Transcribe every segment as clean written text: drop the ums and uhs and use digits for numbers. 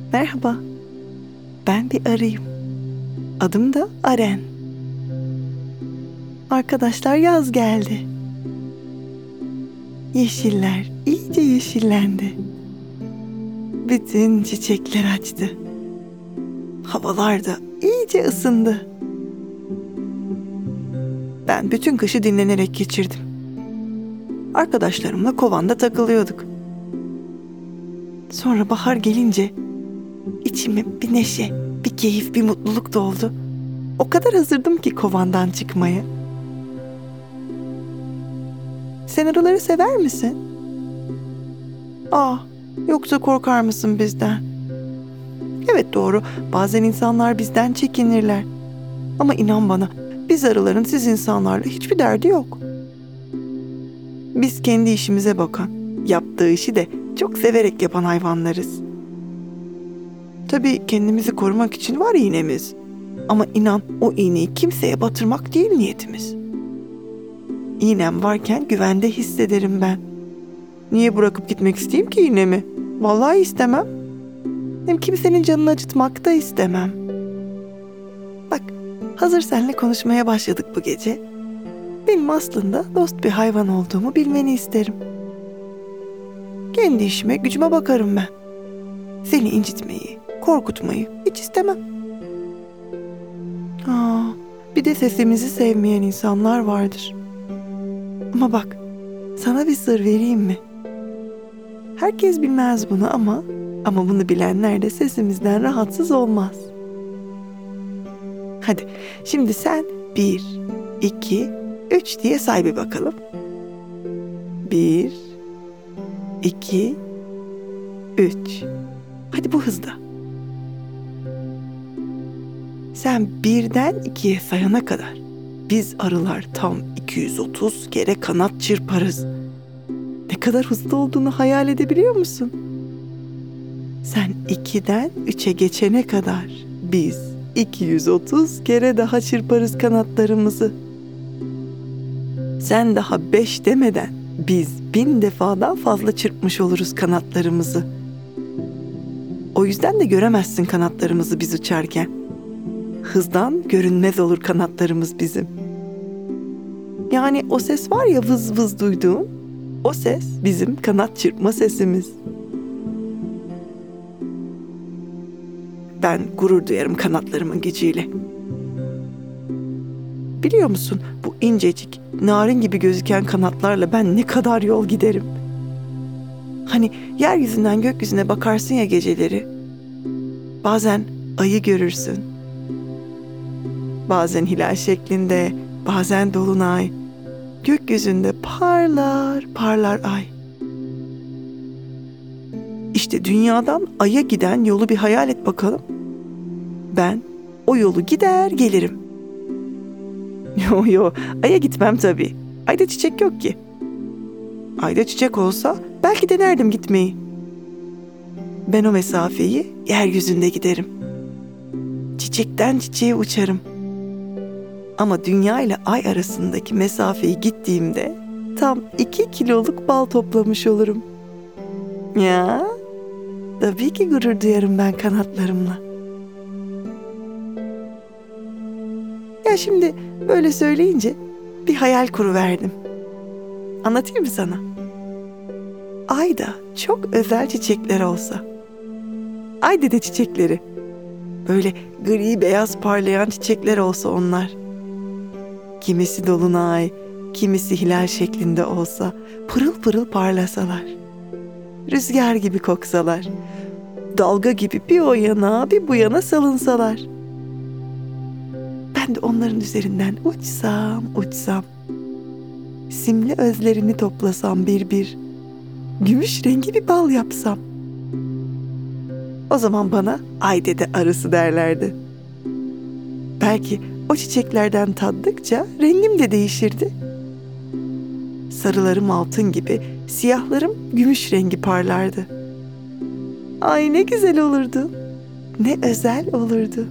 Merhaba, ben bir arıyım. Adım da Aren. Arkadaşlar yaz geldi. Yeşiller iyice yeşillendi. Bütün çiçekler açtı. Havalar da iyice ısındı. Ben bütün kışı dinlenerek geçirdim. Arkadaşlarımla kovanda takılıyorduk. Sonra bahar gelince içime bir neşe, bir keyif, bir mutluluk doldu. O kadar hazırdım ki kovandan çıkmaya. Sen arıları sever misin? Yoksa korkar mısın bizden? Evet doğru, bazen insanlar bizden çekinirler. Ama inan bana, biz arıların siz insanlarla hiçbir derdi yok. Biz kendi işimize bakan, yaptığı işi de çok severek yapan hayvanlarız. Tabii kendimizi korumak için var iğnemiz. Ama inan o iğneyi kimseye batırmak değil niyetimiz. İğnem varken güvende hissederim ben. Niye bırakıp gitmek isteyeyim ki iğnemi? Vallahi istemem. Hem kimsenin canını acıtmak da istemem. Bak, hazır seninle konuşmaya başladık bu gece. Benim aslında dost bir hayvan olduğumu bilmeni isterim. Kendi işime, gücüme bakarım ben. Seni incitmeyi, korkutmayı hiç istemem. Bir de sesimizi sevmeyen insanlar vardır. Ama bak, sana bir sır vereyim mi? Herkes bilmez bunu ama bunu bilenler de sesimizden rahatsız olmaz. Hadi, şimdi sen 1, 2, 3 diye say bir bakalım. 1, 2, 3. Hadi bu hızda. Sen 1'den 2'ye sayana kadar biz arılar tam 230 kere kanat çırparız. Ne kadar hızlı olduğunu hayal edebiliyor musun? Sen 2'den 3'e geçene kadar biz 230 kere daha çırparız kanatlarımızı. Sen daha 5 demeden biz 1000 defadan fazla çırpmış oluruz kanatlarımızı. O yüzden de göremezsin kanatlarımızı biz uçarken. Hızdan görünmez olur kanatlarımız bizim. Yani o ses var ya vız vız duyduğun, o ses bizim kanat çırpma sesimiz. Ben gurur duyarım kanatlarımın gücüyle. Biliyor musun bu incecik, narin gibi gözüken kanatlarla ben ne kadar yol giderim. Hani yeryüzünden gökyüzüne bakarsın ya geceleri. Bazen ayı görürsün. Bazen hilal şeklinde, bazen dolunay. Gökyüzünde parlar parlar ay. İşte dünyadan aya giden yolu bir hayal et bakalım. Ben o yolu gider gelirim. Yo, aya gitmem tabii. Ayda çiçek yok ki. Ayda çiçek olsa belki denerdim gitmeyi. Ben o mesafeyi yeryüzünde giderim. Çiçekten çiçeğe uçarım. Ama dünya ile ay arasındaki mesafeyi gittiğimde tam 2 kiloluk bal toplamış olurum. Ya, tabii ki gurur duyarım ben kanatlarımla. Ya şimdi böyle söyleyince bir hayal kuruverdim. Anlatayım mı sana? Ayda çok özel çiçekler olsa. Ay dede çiçekleri. Böyle gri beyaz parlayan çiçekler olsa onlar. Kimisi dolunay, kimisi hilal şeklinde olsa, pırıl pırıl parlasalar. Rüzgar gibi koksalar. Dalga gibi bir o yana bir bu yana salınsalar. Ben de onların üzerinden uçsam. Simli özlerini toplasam bir. Gümüş rengi bir bal yapsam. O zaman bana ay dede arısı derlerdi. Belki o çiçeklerden tattıkça rengim de değişirdi. Sarılarım altın gibi, siyahlarım gümüş rengi parlardı. Ay ne güzel olurdu. Ne özel olurdu.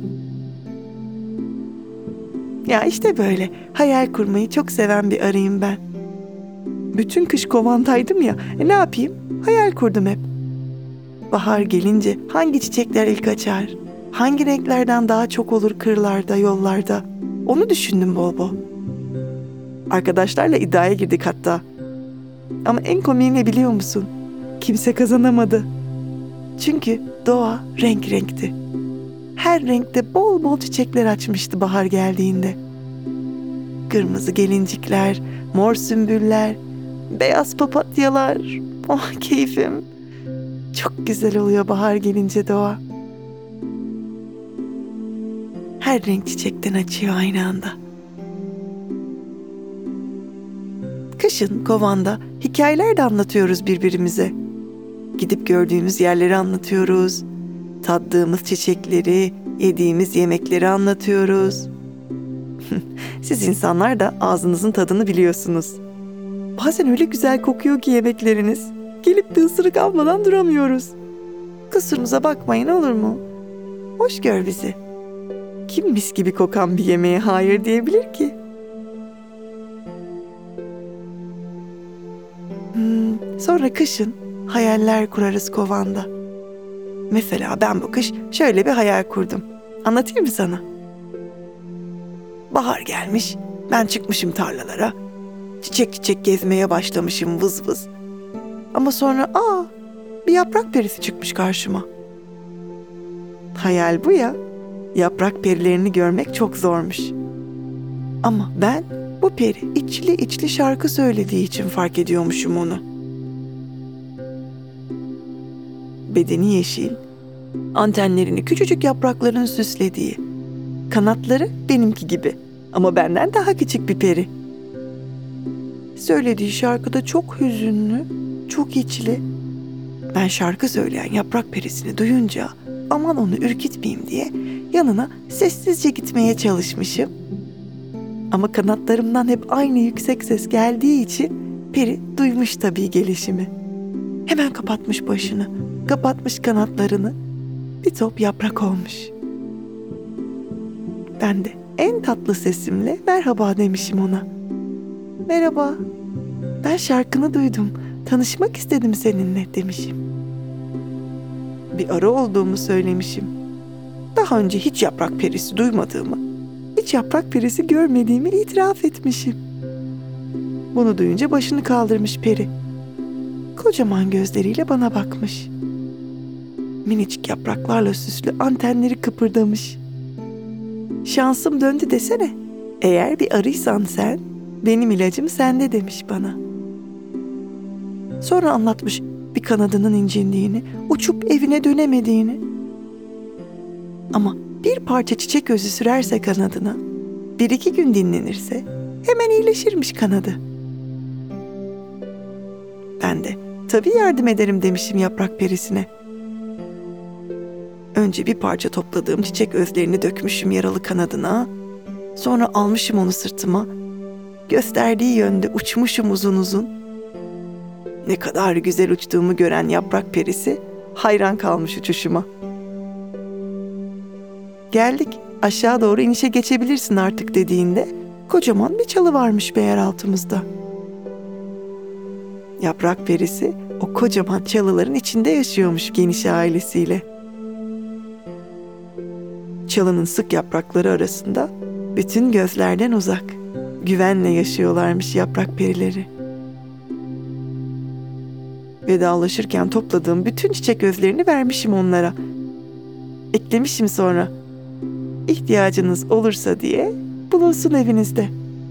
Ya işte böyle hayal kurmayı çok seven bir arıyım ben. Bütün kış kovandaydım ya, ne yapayım? Hayal kurdum hep. Bahar gelince hangi çiçekler ilk açar? Hangi renklerden daha çok olur kırlarda, yollarda? Onu düşündüm bol bol. Arkadaşlarla iddiaya girdik hatta. Ama en komiği ne biliyor musun? Kimse kazanamadı. Çünkü doğa renk renkti. Her renkte bol bol çiçekler açmıştı bahar geldiğinde. Kırmızı gelincikler, mor sümbüller, beyaz papatyalar. Oh keyfim. Çok güzel oluyor bahar gelince doğa. Her renk çiçekten açıyor aynı anda. Kışın kovanda hikayeler de anlatıyoruz birbirimize. Gidip gördüğümüz yerleri anlatıyoruz. Tattığımız çiçekleri, yediğimiz yemekleri anlatıyoruz. Siz insanlar da ağzınızın tadını biliyorsunuz. Bazen öyle güzel kokuyor ki yemekleriniz. Gelip bir ısırık almadan duramıyoruz. Kusurumuza bakmayın olur mu? Hoş gör bizi. Kim mis gibi kokan bir yemeğe hayır diyebilir ki? Sonra kışın hayaller kurarız kovanda. Mesela ben bu kış şöyle bir hayal kurdum. Anlatayım mı sana? Bahar gelmiş, ben çıkmışım tarlalara. Çiçek çiçek gezmeye başlamışım vız vız. Ama sonra bir yaprak perisi çıkmış karşıma. Hayal bu ya. Yaprak perilerini görmek çok zormuş. Ama ben bu peri içli içli şarkı söylediği için fark ediyormuşum onu. Bedeni yeşil, antenlerini küçücük yaprakların süslediği, kanatları benimki gibi ama benden daha küçük bir peri. Söylediği şarkıda çok hüzünlü, çok içli. Ben şarkı söyleyen yaprak perisini duyunca aman onu ürkütmeyeyim diye yanına sessizce gitmeye çalışmışım. Ama kanatlarımdan hep aynı yüksek ses geldiği için peri duymuş tabii gelişimi. Hemen kapatmış başını, kapatmış kanatlarını. Bir top yaprak olmuş. Ben de en tatlı sesimle merhaba demişim ona. Merhaba, ben şarkını duydum, tanışmak istedim seninle demişim. Bir arı olduğumu söylemişim. Daha önce hiç yaprak perisi duymadığımı, hiç yaprak perisi görmediğimi itiraf etmişim. Bunu duyunca başını kaldırmış peri. Kocaman gözleriyle bana bakmış. Minicik yapraklarla süslü antenleri kıpırdamış. Şansım döndü desene. Eğer bir arıysan sen, benim ilacım sende demiş bana. Sonra anlatmış bir kanadının incindiğini, uçup evine dönemediğini. Ama bir parça çiçek özü sürerse kanadına, 1-2 gün dinlenirse hemen iyileşirmiş kanadı. Ben de tabii yardım ederim demişim yaprak perisine. Önce bir parça topladığım çiçek özlerini dökmüşüm yaralı kanadına. Sonra almışım onu sırtıma. Gösterdiği yönde uçmuşum uzun uzun. Ne kadar güzel uçtuğumu gören yaprak perisi hayran kalmış uçuşuma. Geldik, aşağı doğru inişe geçebilirsin artık dediğinde kocaman bir çalı varmış meğer altımızda. Yaprak perisi o kocaman çalıların içinde yaşıyormuş geniş ailesiyle. Çalının sık yaprakları arasında bütün gözlerden uzak, güvenle yaşıyorlarmış yaprak perileri. Vedalaşırken topladığım bütün çiçek özlerini vermişim onlara. Eklemişim sonra, ihtiyacınız olursa diye bulunsun evinizde.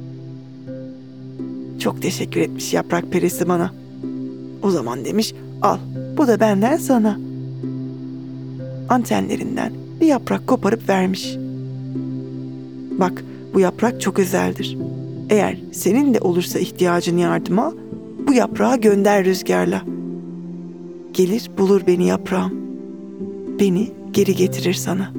Çok teşekkür etmiş yaprak perisi bana. O zaman demiş, al bu da benden sana. Antenlerinden bir yaprak koparıp vermiş. Bak bu yaprak çok özeldir. Eğer senin de olursa ihtiyacın yardıma, bu yaprağı gönder rüzgarla. Gelir bulur beni yaprağım. Beni geri getirir sana.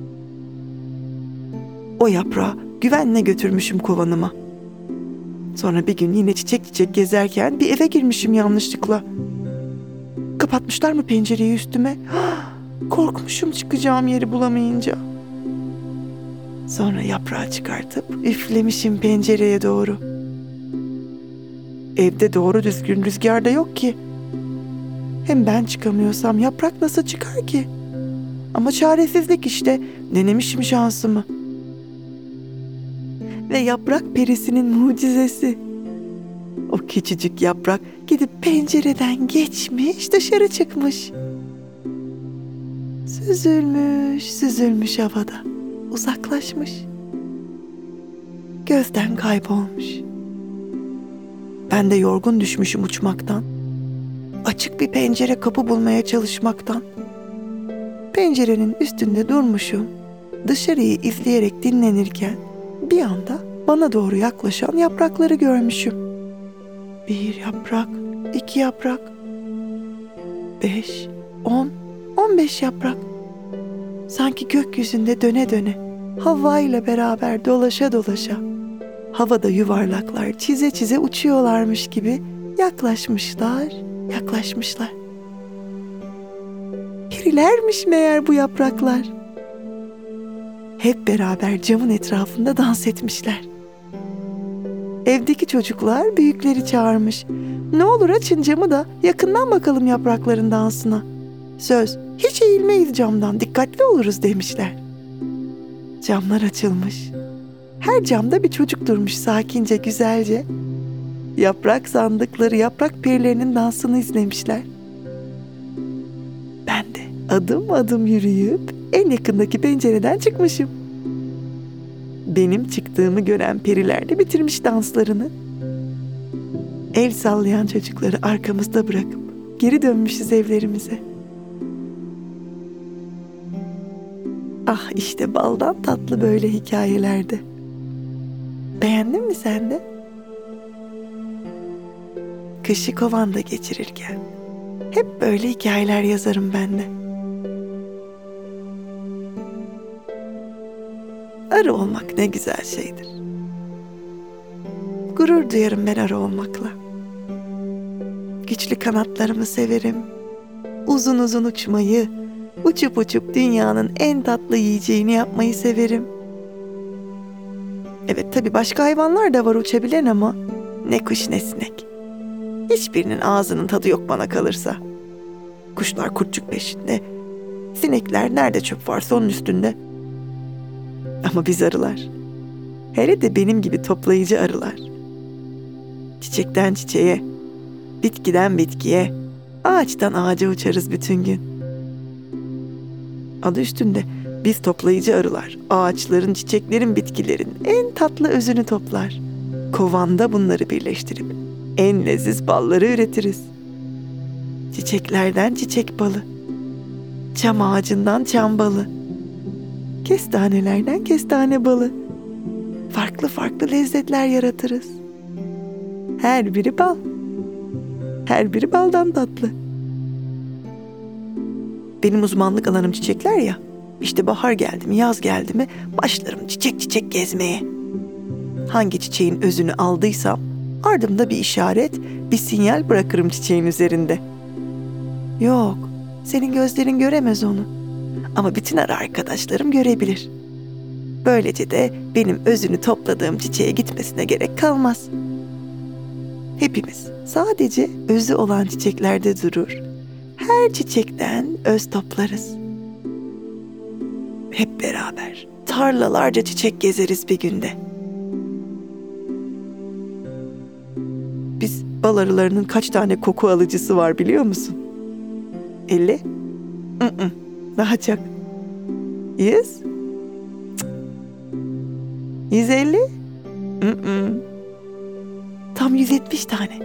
O yaprağı güvenle götürmüşüm kovanıma. Sonra bir gün yine çiçek çiçek gezerken bir eve girmişim yanlışlıkla. Kapatmışlar mı pencereyi üstüme? Korkmuşum çıkacağım yeri bulamayınca. Sonra yaprağı çıkartıp üflemişim pencereye doğru. Evde doğru düzgün rüzgar da yok ki. Hem ben çıkamıyorsam yaprak nasıl çıkar ki? Ama çaresizlik işte. Denemişim şansımı. Ve yaprak perisinin mucizesi. O küçücük yaprak gidip pencereden geçmiş, dışarı çıkmış. Süzülmüş, süzülmüş havada. Uzaklaşmış. Gözden kaybolmuş. Ben de yorgun düşmüşüm uçmaktan. Açık bir pencere kapı bulmaya çalışmaktan. Pencerenin üstünde durmuşum. Dışarıyı izleyerek dinlenirken bir anda bana doğru yaklaşan yaprakları görmüşüm. 1 yaprak, 2 yaprak, 5, 10, 15 yaprak. Sanki gökyüzünde döne döne, hava ile beraber dolaşa dolaşa, havada yuvarlaklar çize çize uçuyorlarmış gibi yaklaşmışlar, yaklaşmışlar. Perilermiş meğer bu yapraklar. Hep beraber camın etrafında dans etmişler. Evdeki çocuklar büyükleri çağırmış. Ne olur açın camı da yakından bakalım yaprakların dansına. Söz, hiç eğilmeyiz camdan, dikkatli oluruz demişler. Camlar açılmış. Her camda bir çocuk durmuş sakince, güzelce. Yaprak sandıkları, yaprak perilerinin dansını izlemişler. Ben de adım adım yürüyüp en yakındaki pencereden çıkmışım. Benim çıktığımı gören periler de bitirmiş danslarını. El sallayan çocukları arkamızda bırakıp geri dönmüşüz evlerimize. Ah işte baldan tatlı böyle hikayelerde. Beğendin mi sen de? Kışı kovanda geçirirken hep böyle hikayeler yazarım ben de. Arı olmak ne güzel şeydir. Gurur duyarım ben arı olmakla. Güçlü kanatlarımı severim. Uzun uzun uçmayı, uçup uçup dünyanın en tatlı yiyeceğini yapmayı severim. Evet tabii başka hayvanlar da var uçabilen ama ne kuş ne sinek. Hiçbirinin ağzının tadı yok bana kalırsa. Kuşlar kurtçuk peşinde, sinekler nerede çöp varsa onun üstünde. Ama biz arılar, hele de benim gibi toplayıcı arılar. Çiçekten çiçeğe, bitkiden bitkiye, ağaçtan ağaca uçarız bütün gün. Adı üstünde biz toplayıcı arılar, ağaçların, çiçeklerin, bitkilerin en tatlı özünü toplar. Kovanda bunları birleştirip en leziz balları üretiriz. Çiçeklerden çiçek balı, çam ağacından çam balı, kestanelerden kestane balı. Farklı farklı lezzetler yaratırız. Her biri bal. Her biri baldan tatlı. Benim uzmanlık alanım çiçekler ya. İşte bahar geldi mi, yaz geldi mi başlarım çiçek çiçek gezmeye. Hangi çiçeğin özünü aldıysam ardımda bir işaret, bir sinyal bırakırım çiçeğin üzerinde. Yok, senin gözlerin göremez onu. Ama bütün arı arkadaşlarım görebilir. Böylece de benim özünü topladığım çiçeğe gitmesine gerek kalmaz. Hepimiz sadece özü olan çiçeklerde durur. Her çiçekten öz toplarız. Hep beraber tarlalarca çiçek gezeriz bir günde. Biz bal arılarının kaç tane koku alıcısı var biliyor musun? 50? Daha çok. 100? 150? Tam 170 tane.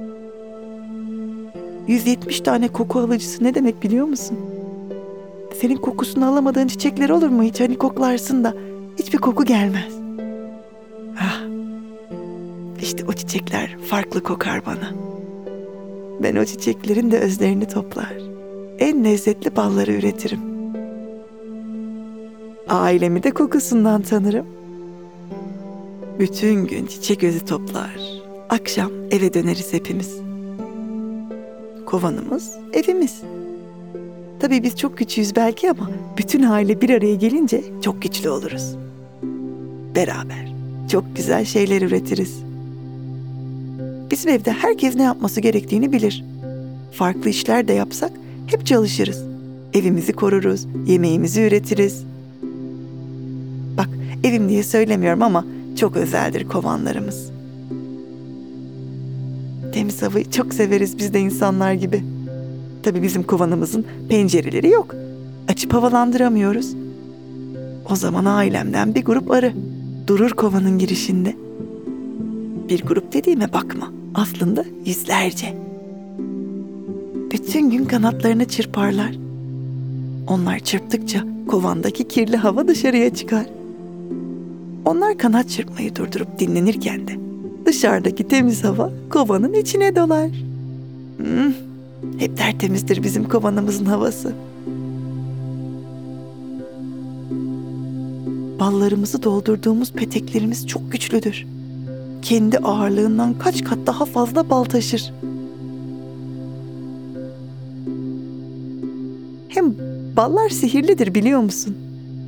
170 tane koku alıcısı ne demek biliyor musun? Senin kokusunu alamadığın çiçekler olur mu hiç? Hani koklarsın da hiçbir koku gelmez. Ah, işte o çiçekler farklı kokar bana. Ben o çiçeklerin de özlerini toplar. En lezzetli balları üretirim. Ailemi de kokusundan tanırım. Bütün gün çiçek özü toplar. Akşam eve döneriz hepimiz. Kovanımız evimiz. Tabii biz çok küçüğüz belki ama bütün aile bir araya gelince çok güçlü oluruz. Beraber çok güzel şeyler üretiriz. Bizim evde herkes ne yapması gerektiğini bilir. farklı işler de yapsak hep çalışırız. Evimizi koruruz, yemeğimizi üretiriz. Bak, evim diye söylemiyorum ama çok özeldir kovanlarımız. Temiz havayı çok severiz biz de insanlar gibi. Tabii bizim kovanımızın pencereleri yok. Açıp havalandıramıyoruz. O zaman ailemden bir grup arı durur kovanın girişinde. Bir grup dediğime bakma. Aslında yüzlerce. Bütün gün kanatlarını çırparlar. Onlar çırptıkça kovandaki kirli hava dışarıya çıkar. Onlar kanat çırpmayı durdurup dinlenirken de dışarıdaki temiz hava kovanın içine dolar. Hep tertemizdir bizim kovanımızın havası. Ballarımızı doldurduğumuz peteklerimiz çok güçlüdür. Kendi ağırlığından kaç kat daha fazla bal taşır. Hem ballar sihirlidir biliyor musun?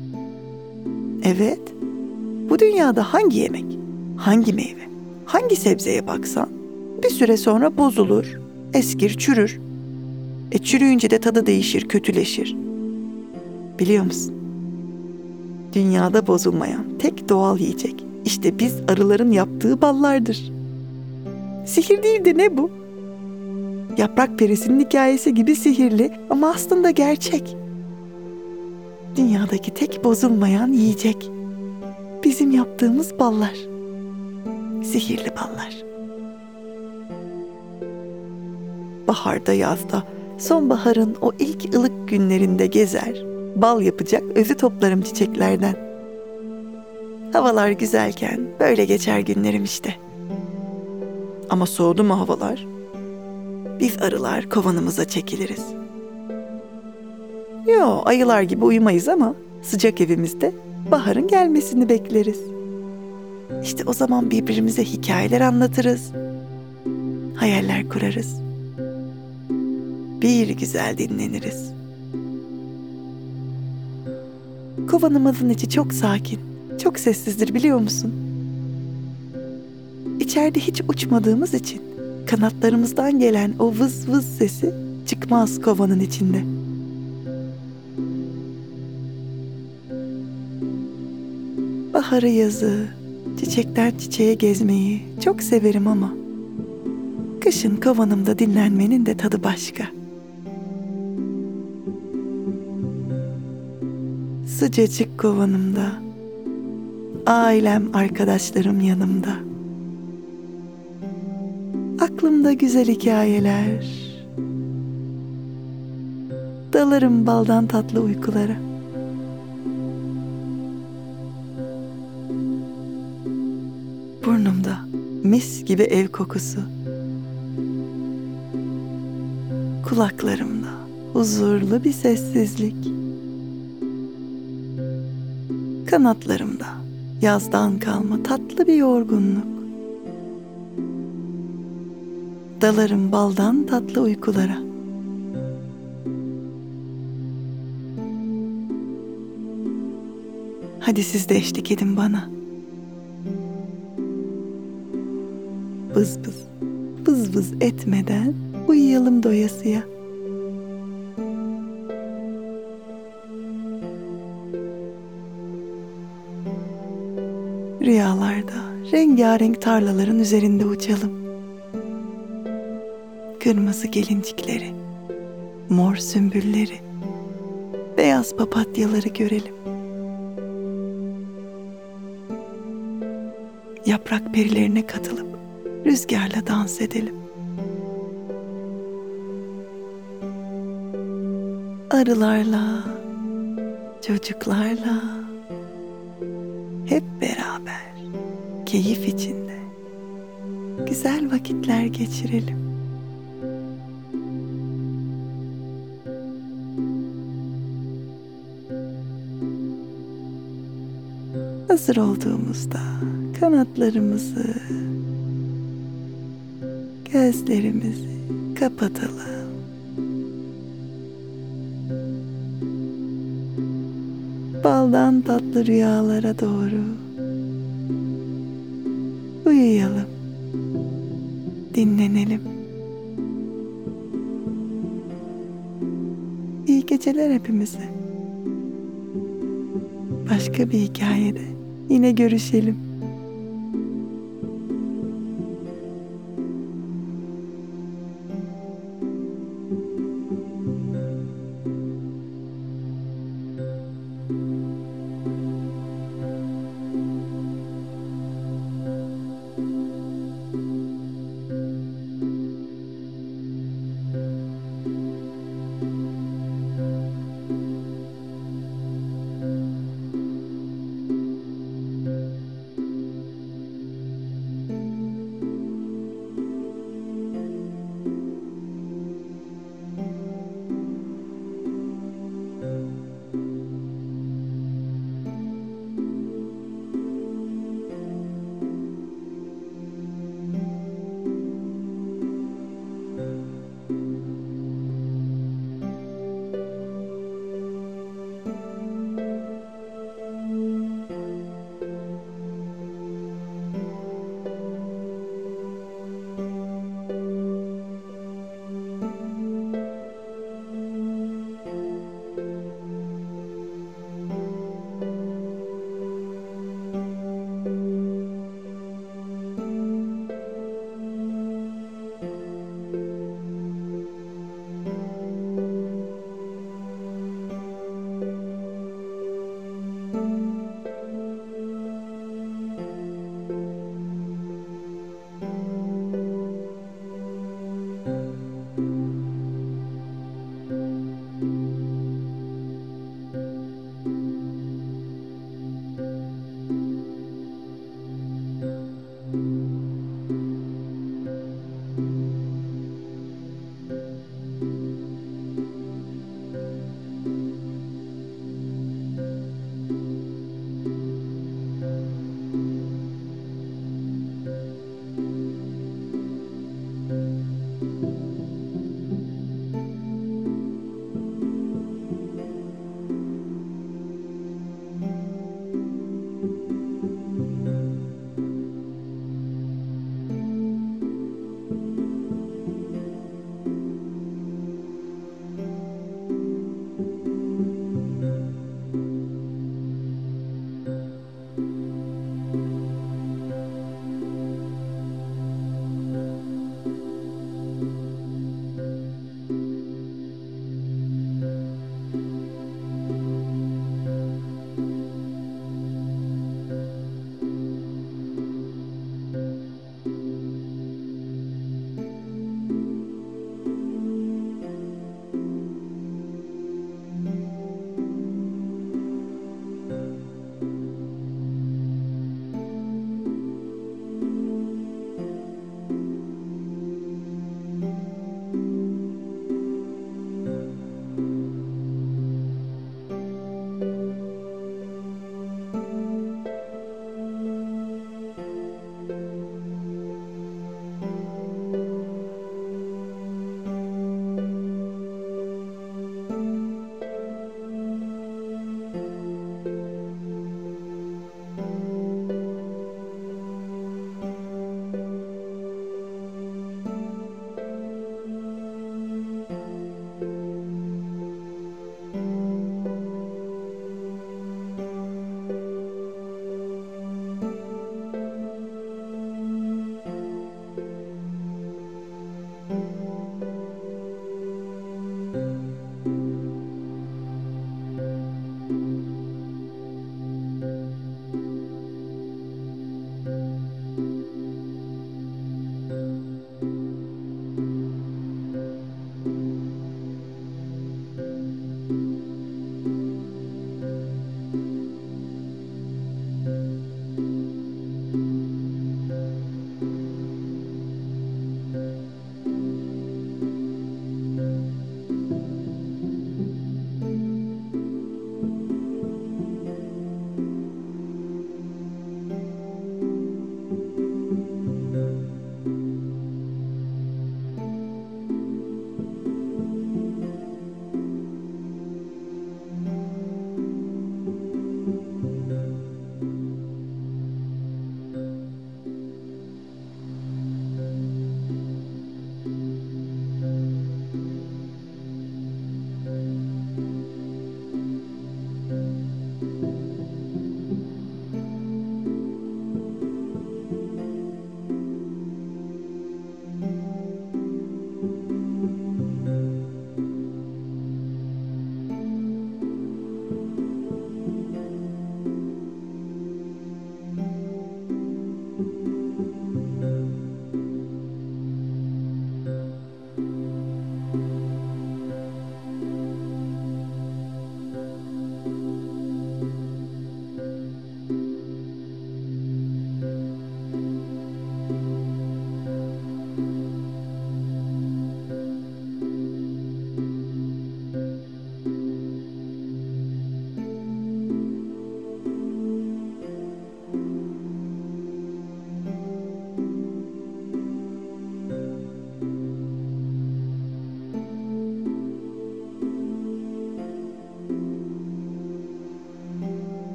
Evet, bu dünyada hangi yemek, hangi meyve, hangi sebzeye baksan bir süre sonra bozulur, eskir, çürür. Çürüyünce de tadı değişir, kötüleşir. Biliyor musun? Dünyada bozulmayan tek doğal yiyecek işte biz arıların yaptığı ballardır. Sihir değil de ne bu? Yaprak perisinin hikayesi gibi sihirli ama aslında gerçek. Dünyadaki tek bozulmayan yiyecek. Bizim yaptığımız ballar. Sihirli ballar. Baharda, yazda, sonbaharın o ilk ılık günlerinde gezer, bal yapacak özü toplarım çiçeklerden. Havalar güzelken böyle geçer günlerim işte. Ama soğudu mu havalar? Biz arılar kovanımıza çekiliriz. Yo, ayılar gibi uyumayız ama sıcak evimizde baharın gelmesini bekleriz. İşte o zaman birbirimize hikayeler anlatırız. Hayaller kurarız. Bir güzel dinleniriz. Kovanımızın içi çok sakin, çok sessizdir biliyor musun? İçeride hiç uçmadığımız için kanatlarımızdan gelen o vız vız sesi çıkmaz kovanın içinde. Baharı, yazı, çiçekten çiçeğe gezmeyi çok severim ama kışın kovanımda dinlenmenin de tadı başka. Sıcacık kovanımda, ailem, arkadaşlarım yanımda. Aklımda güzel hikayeler, dalarım baldan tatlı uykulara. Burnumda mis gibi ev kokusu, kulaklarımda huzurlu bir sessizlik, kanatlarımda yazdan kalma tatlı bir yorgunluk. Dalarım baldan tatlı uykulara. Hadi siz de eşlik edin bana. Vız vız, vız vız etmeden uyuyalım doyasıya. Rüyalarda rengarenk tarlaların üzerinde uçalım. Kırmızı gelincikleri, mor sümbülleri, beyaz papatyaları görelim. Yaprak perilerine katılıp rüzgarla dans edelim. Arılarla, çocuklarla hep beraber keyif içinde güzel vakitler geçirelim. Hazır olduğumuzda kanatlarımızı, gözlerimizi kapatalım. Baldan tatlı rüyalara doğru uyuyalım, dinlenelim. geceler hepimize. Başka bir hikayede yine görüşelim.